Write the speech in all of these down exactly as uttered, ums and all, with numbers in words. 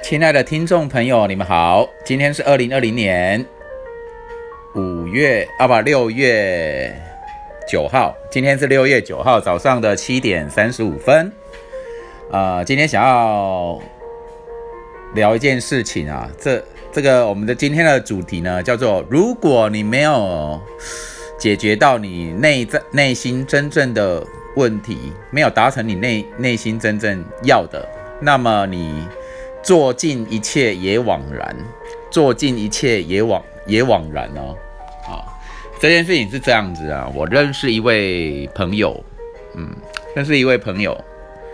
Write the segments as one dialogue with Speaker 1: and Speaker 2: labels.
Speaker 1: 亲爱的听众朋友，你们好，今天是二零二零年五月啊不六月九号，今天是六月九号早上的七点三十五分。呃，今天想要聊一件事情啊，这这个我们的今天的主题呢，叫做如果你没有解决到你内在内心真正的问题，没有达成你内内心真正要的，那么你做尽一切也枉然，做尽一切也枉也枉然哦。啊，这件事情是这样子啊，我认识一位朋友，嗯，认识一位朋友。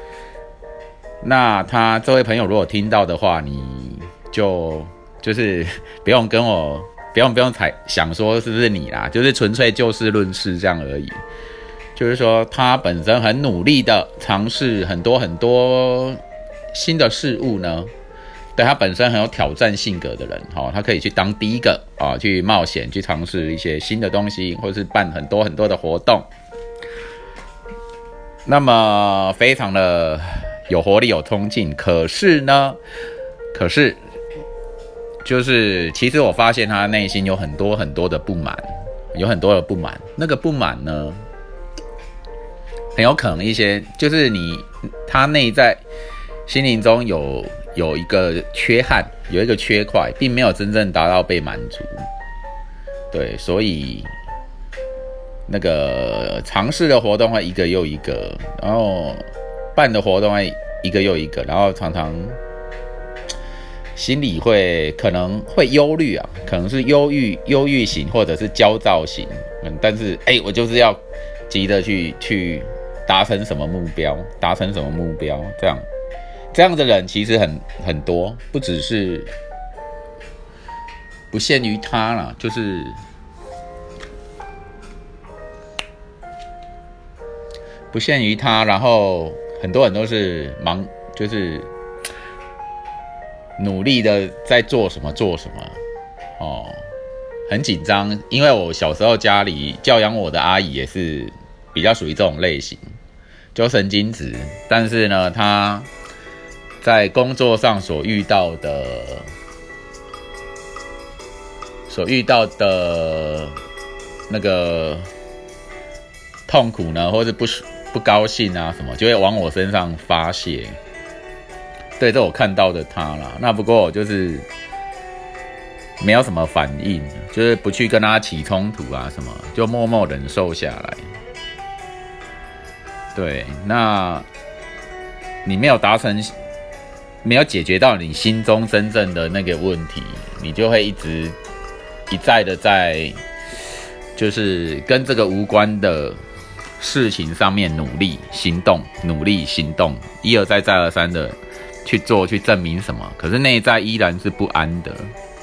Speaker 1: 那他这位朋友如果听到的话，你就就是不用跟我不用不用才想说是不是你啦，就是纯粹就事论事这样而已。就是说他本身很努力的尝试很多很多新的事物呢。对，他本身很有挑战性格的人，哦，他可以去当第一个，哦，去冒险，去尝试一些新的东西，或是办很多很多的活动。那么非常的有活力、有冲劲。可是呢，可是就是其实我发现他内心有很多很多的不满，有很多的不满。那个不满呢，很有可能一些就是你他内在心灵中有。有一个缺憾，有一个缺块，并没有真正达到被满足。对，所以那个尝试的活动会一个又一个，然后办的活动会一个又一个，然后常常心里会可能会忧虑啊，可能是忧郁忧郁型或者是焦躁型。嗯，但是哎、欸，我就是要急着去去达成什么目标，达成什么目标，这样。这样的人其实很很多，不只是不限于他啦，就是不限于他，然后很多人都是忙，就是努力的在做什么做什么哦，很紧张。因为我小时候家里教养我的阿姨也是比较属于这种类型，就神经质，但是呢，她在工作上所遇到的、所遇到的那个痛苦呢，或是不不高兴啊什么，就会往我身上发泄。对，这我看到的他啦。那不过我就是没有什么反应，就是不去跟他起冲突啊什么，就默默忍受下来。对，那你没有达成。没有解决到你心中真正的那个问题，你就会一直一再的在就是跟这个无关的事情上面努力行动，努力行动，一而再再而三的去做，去证明什么，可是内在依然是不安的。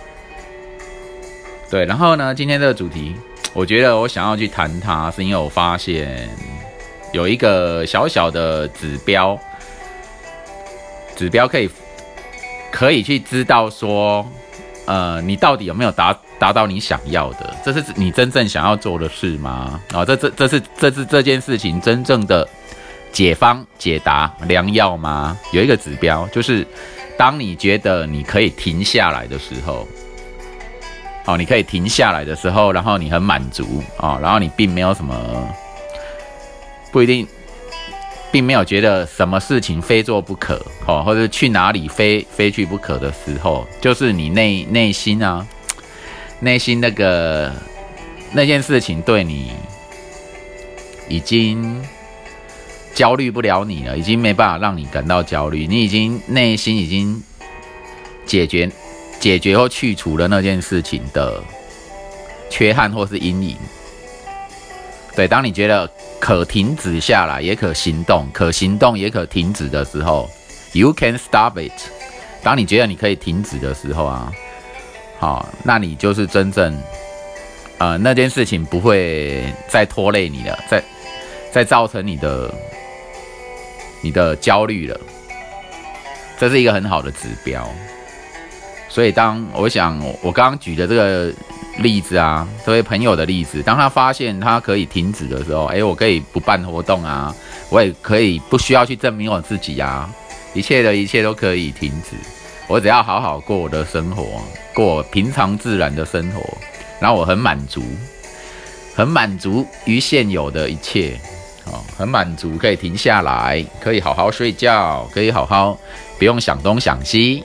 Speaker 1: 对，然后呢，今天这个主题，我觉得我想要去谈它，是因为我发现有一个小小的指标。指标可以可以去知道说，呃，你到底有没有达达到你想要的？这是你真正想要做的事吗？啊、哦，这这这是这是这件事情真正的解方、解答、良药吗？有一个指标，就是当你觉得你可以停下来的时候，哦，你可以停下来的时候，然后你很满足啊、哦，然后你并没有什么不一定。并没有觉得什么事情非做不可，哦，或者去哪里非非去不可的时候，就是你内内心啊，内心那个那件事情对你已经焦虑不了你了，已经没办法让你感到焦虑，你已经内心已经解决解决或去除了那件事情的缺憾或是阴影。对，当你觉得可停止下来，也可行动，可行动也可停止的时候 ，you can stop it。当你觉得你可以停止的时候啊，好，那你就是真正，呃，那件事情不会再拖累你了，再再造成你的你的焦虑了。这是一个很好的指标。所以当我想我刚刚举的这个例子啊，这位朋友的例子，当他发现他可以停止的时候，哎，我可以不办活动啊，我也可以不需要去证明我自己啊，一切的一切都可以停止。 我只要好好过我的生活，过平常自然的生活，然后我很满足，很满足于现有的一切，哦，很满足，可以停下来，可以好好睡觉，可以好好不用想东想西，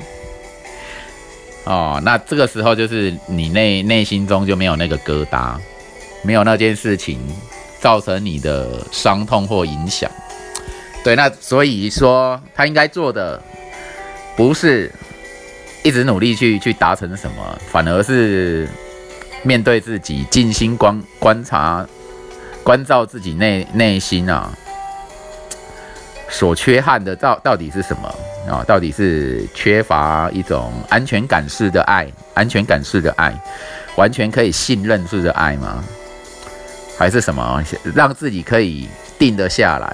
Speaker 1: 哦，那这个时候就是你内内心中就没有那个疙瘩，没有那件事情造成你的伤痛或影响。对，那所以说他应该做的不是一直努力去去达成什么，反而是面对自己，静心观观察、关照自己内内心啊，所缺憾的到到底是什么啊？到底是缺乏一种安全感式的爱，安全感式的爱，完全可以信任式的爱吗？还是什么让自己可以定得下来？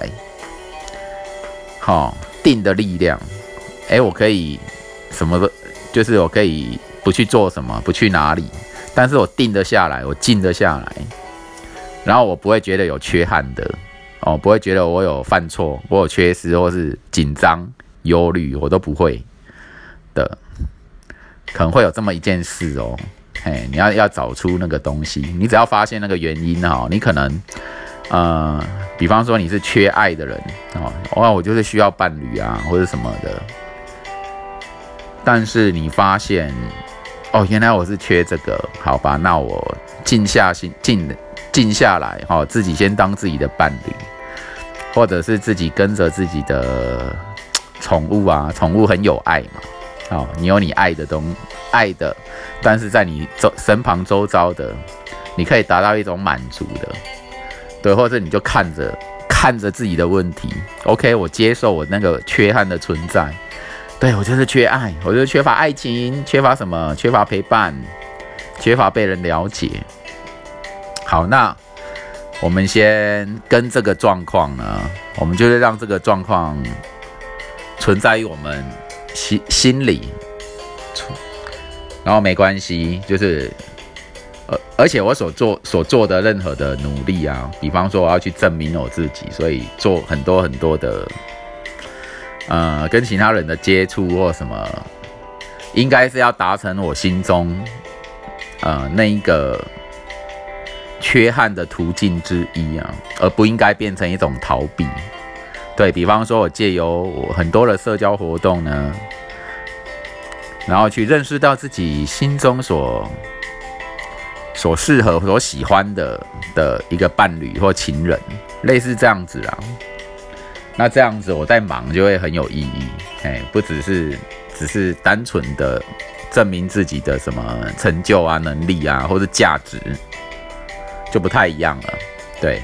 Speaker 1: 好，定的力量。哎，我可以什么？就是我可以不去做什么，不去哪里，但是我定得下来，我静得下来，然后我不会觉得有缺憾的，哦，不会觉得我有犯错，我有缺失，或是紧张、忧虑，我都不会的。可能会有这么一件事哦，嘿，你要要找出那个东西，你只要发现那个原因哈，你可能，呃，比方说你是缺爱的人哦，哇，我就是需要伴侣啊，或者什么的。但是你发现，哦，原来我是缺这个，好吧，那我静下心，静静下来，哈、哦，自己先当自己的伴侣，或者是自己跟着自己的宠物啊，宠物很有爱嘛，哦，你有你爱的东爱的，但是在你周身旁周遭的，你可以达到一种满足的，对，或者你就看着看着自己的问题 ，OK， 我接受我那个缺憾的存在。对，我就是缺爱，我就是缺乏爱情，缺乏什么？缺乏陪伴，缺乏被人了解。好，那我们先跟这个状况呢，我们就是让这个状况存在于我们心心里，然后没关系，就是呃，而且我所做所做的任何的努力啊，比方说我要去证明我自己，所以做很多很多的。呃，跟其他人的接触或什么，应该是要达成我心中呃那一个缺憾的途径之一啊，而不应该变成一种逃避。对，比方说，我借由我很多的社交活动呢，然后去认识到自己心中所所适合、所喜欢的的一个伴侣或情人，类似这样子啊。那这样子我在忙就会很有意义，哎，不只是只是单纯的证明自己的什么成就啊、能力啊，或是价值，就不太一样了，对。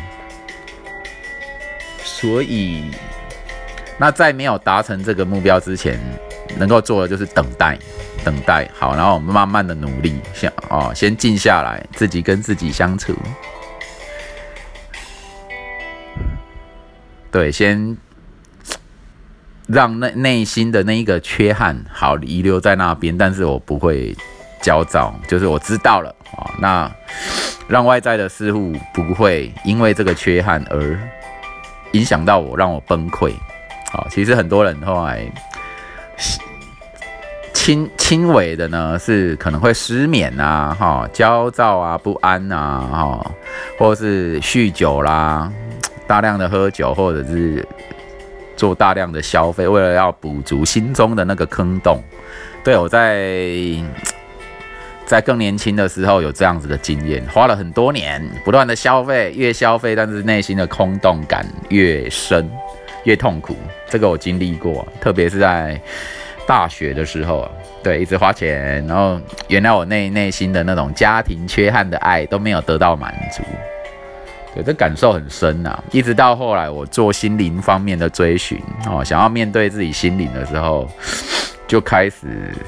Speaker 1: 所以，那在没有达成这个目标之前，能够做的就是等待，等待好，然后我们慢慢的努力，先哦，先静下来，自己跟自己相处。对，先让内内心的那一个缺憾好遗留在那边，但是我不会焦躁，就是我知道了啊、哦。那让外在的事物不会因为这个缺憾而影响到我，让我崩溃。好、哦，其实很多人后来轻轻微的呢，是可能会失眠啊，哈、哦，焦躁啊，不安啊，哈、哦，或是酗酒啦。大量的喝酒，或者是做大量的消费，为了要补足心中的那个坑洞。对，我在在更年轻的时候有这样子的经验，花了很多年，不断的消费，越消费，但是内心的空洞感越深，越痛苦。这个我经历过，特别是在大学的时候，对，一直花钱，然后原来我内内心的那种家庭缺憾的爱都没有得到满足。对，这感受很深啊！一直到后来我做心灵方面的追寻，哦，想要面对自己心灵的时候，就开始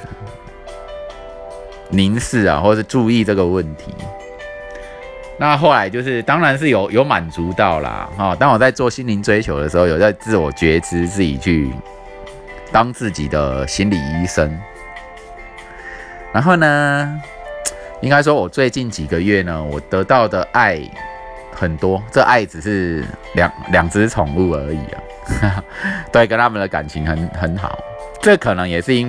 Speaker 1: 凝视啊，或是注意这个问题。那后来就是，当然是有有满足到啦，哈、哦。当我在做心灵追求的时候，有在自我觉知，自己去当自己的心理医生。然后呢，应该说，我最近几个月呢，我得到的爱。很多，这爱只是两两只宠物而已啊，对，跟他们的感情很很好。这可能也是因为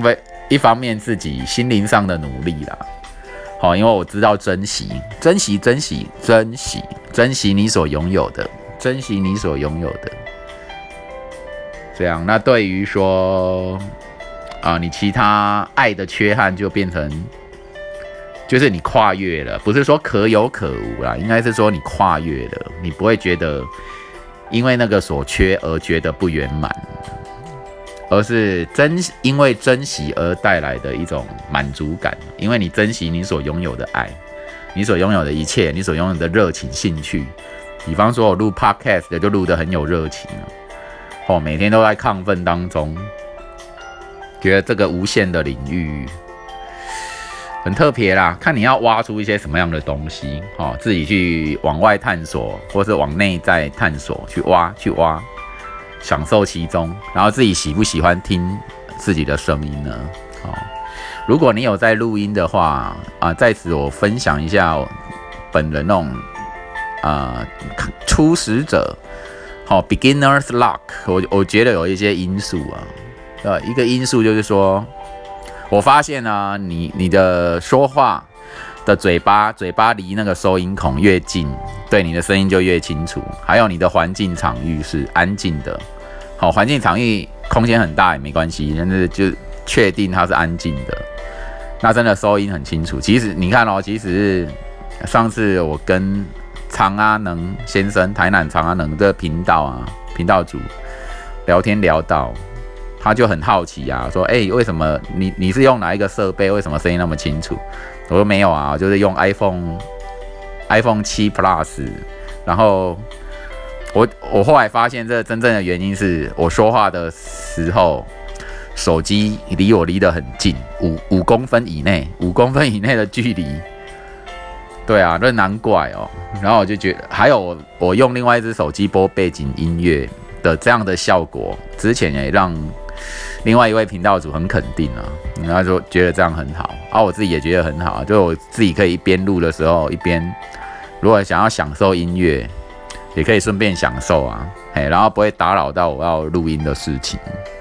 Speaker 1: 一方面自己心灵上的努力啦，好，因为我知道珍惜，珍惜，珍惜，珍惜，珍惜你所拥有的，珍惜你所拥有的。这样，那对于说啊、呃，你其他爱的缺憾就变成，就是你跨越了，不是说可有可无啦，应该是说你跨越了，你不会觉得因为那个所缺而觉得不圆满，而是珍因为珍惜而带来的一种满足感，因为你珍惜你所拥有的爱，你所拥有的一切，你所拥有的热情、兴趣。比方说，我录 podcast 的就录得很有热情。哦，每天都在亢奋当中，觉得这个无限的领域很特别啦。看你要挖出一些什么样的东西，哦，自己去往外探索，或是往内在探索，去挖，去挖，享受其中。然后自己喜不喜欢听自己的声音呢？哦，如果你有在录音的话，啊，在此我分享一下本人那种啊、呃、初始者。好 ，beginner's luck， 我我觉得有一些因素啊，呃，一个因素就是说，我发现啊，你你的说话的嘴巴，嘴巴离那个收音孔越近，对你的声音就越清楚。还有你的环境场域是安静的，好，环境场域空间很大也没关系，但是就确定它是安静的，那真的收音很清楚。其实你看哦，其实上次我跟常阿能先生，台南常阿能的频道啊，频道主聊天聊到，他就很好奇啊，说：“哎、欸，为什么你你是用哪一个设备？为什么声音那么清楚？”我说：“没有啊，就是用 iPhone iPhone 七 Plus。”然后我我后来发现，这真正的原因是我说话的时候，手机离我离得很近，五五公分以内，五公分以内的距离。对啊，这难怪哦。然后我就觉得，还有 我, 我用另外一只手机播背景音乐的这样的效果，之前也让另外一位频道主很肯定啊，然后就觉得这样很好啊，我自己也觉得很好，就我自己可以一边录的时候，一边如果想要享受音乐，也可以顺便享受啊，嘿，然后不会打扰到我要录音的事情。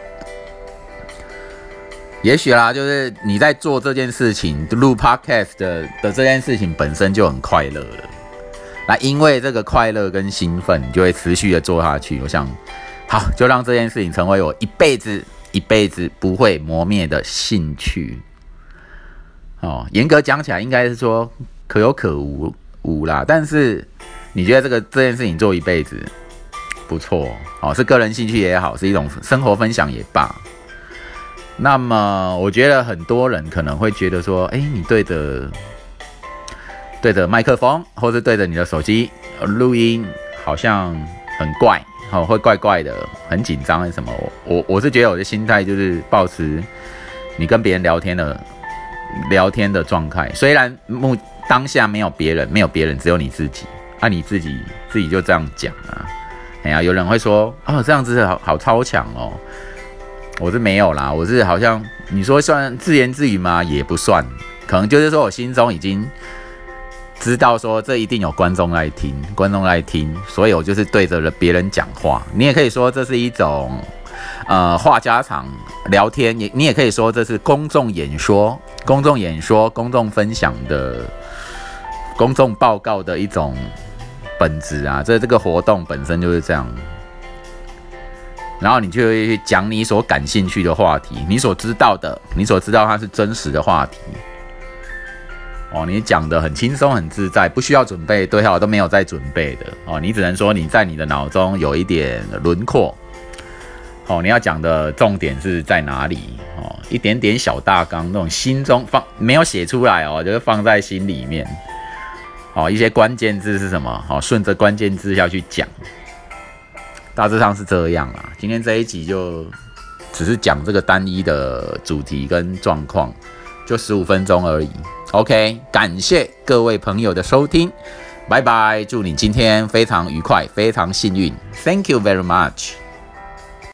Speaker 1: 也许啦，就是你在做这件事情，录 podcast 的, 的这件事情本身就很快乐了。那因为这个快乐跟兴奋，你就会持续的做下去。我想，好，就让这件事情成为我一辈子、一辈子不会磨灭的兴趣。哦，严格讲起来，应该是说可有可无无啦。但是你觉得这个这件事情做一辈子不错，哦，是个人兴趣也好，是一种生活分享也罢。那么，我觉得很多人可能会觉得说，哎，你对着对着麦克风，或是对着你的手机录音，好像很怪，哦，会怪怪的，很紧张还是什么？我我是觉得我的心态就是抱持你跟别人聊天的聊天的状态，虽然目当下没有别人，没有别人，只有你自己，啊，你自己自己就这样讲啊，哎呀，有人会说，哦，这样子好好超强哦。我是没有啦，我是好像你说算自言自语吗？也不算，可能就是说我心中已经知道说这一定有观众来听，观众来听，所以我就是对着别人讲话。你也可以说这是一种呃话家常聊天，也你也可以说这是公众演说、公众演说、公众分享的公众报告的一种本质啊。这这个活动本身就是这样。然后你就会去讲你所感兴趣的话题，你所知道的，你所知道它是真实的话题。哦，你讲得很轻松很自在，不需要准备，对号都没有在准备的。哦，你只能说你在你的脑中有一点轮廓。哦，你要讲的重点是在哪里？哦，一点点小大纲，那种心中放没有写出来哦，就是放在心里面。哦，一些关键字是什么？哦，顺着关键字下去讲。大致上是这样啦，今天这一集就只是讲这个单一的主题跟状况，就十五分钟而已。OK， 感谢各位朋友的收听，拜拜，祝你今天非常愉快，非常幸运 ，Thank you very much。